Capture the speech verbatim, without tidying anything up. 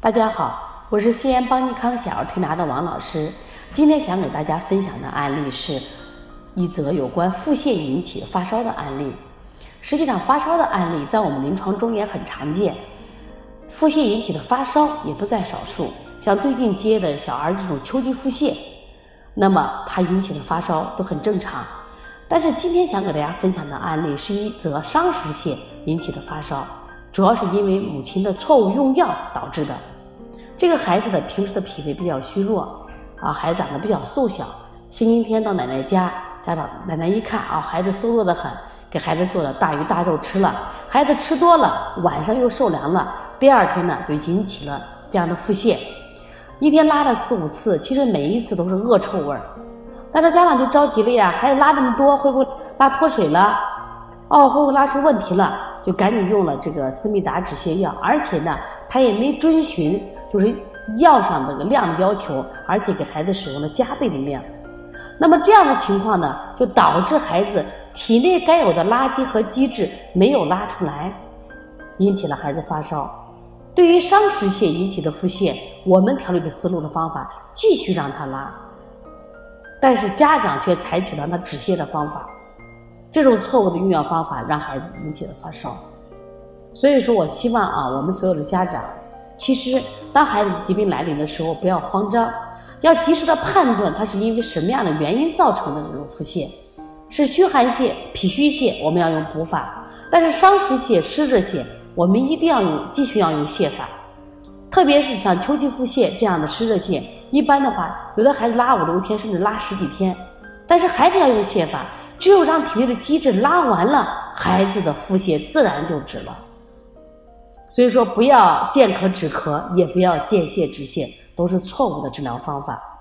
大家好，我是西安邦尼康小儿推拿的王老师。今天想给大家分享的案例是一则有关腹泻引起发烧的案例。实际上，发烧的案例在我们临床中也很常见，腹泻引起的发烧也不在少数。像最近接的小儿这种秋季腹泻，那么它引起的发烧都很正常。但是今天想给大家分享的案例是一则伤食泻引起的发烧，主要是因为母亲的错误用药导致的。这个孩子的平时的脾胃比较虚弱啊，孩子长得比较瘦小，星期天到奶奶家，家长奶奶一看啊，孩子瘦弱得很，给孩子做了大鱼大肉吃了，孩子吃多了，晚上又受凉了，第二天呢就引起了这样的腹泻，一天拉了四五次，其实每一次都是恶臭味儿。但是家长就着急了呀，孩子拉这么多，会不会拉脱水了？哦，会不会拉出问题了？就赶紧用了这个思密达止泻药，而且呢，他也没遵循就是药上这个量的要求，而且给孩子使用了加倍的量。那么这样的情况呢，就导致孩子体内该有的垃圾和机制没有拉出来，引起了孩子发烧。对于伤食泻引起的腹泻，我们调理的思路的方法继续让他拉，但是家长却采取了他止泻的方法，这种错误的用药方法让孩子引起了发烧。所以说我希望啊，我们所有的家长，其实当孩子的疾病来临的时候，不要慌张，要及时的判断它是因为什么样的原因造成的这种腹泻。是虚寒泻、脾虚泻，我们要用补法；但是伤食泻、湿热泻，我们一定要用继续要用泻法。特别是像秋季腹泻这样的湿热泻，一般的话，有的孩子拉五六天，甚至拉十几天，但是还是要用泻法。只有让体内的机制拉完了，孩子的腹泻自然就止了。所以说，不要见咳止咳，也不要见泻止泻，都是错误的治疗方法。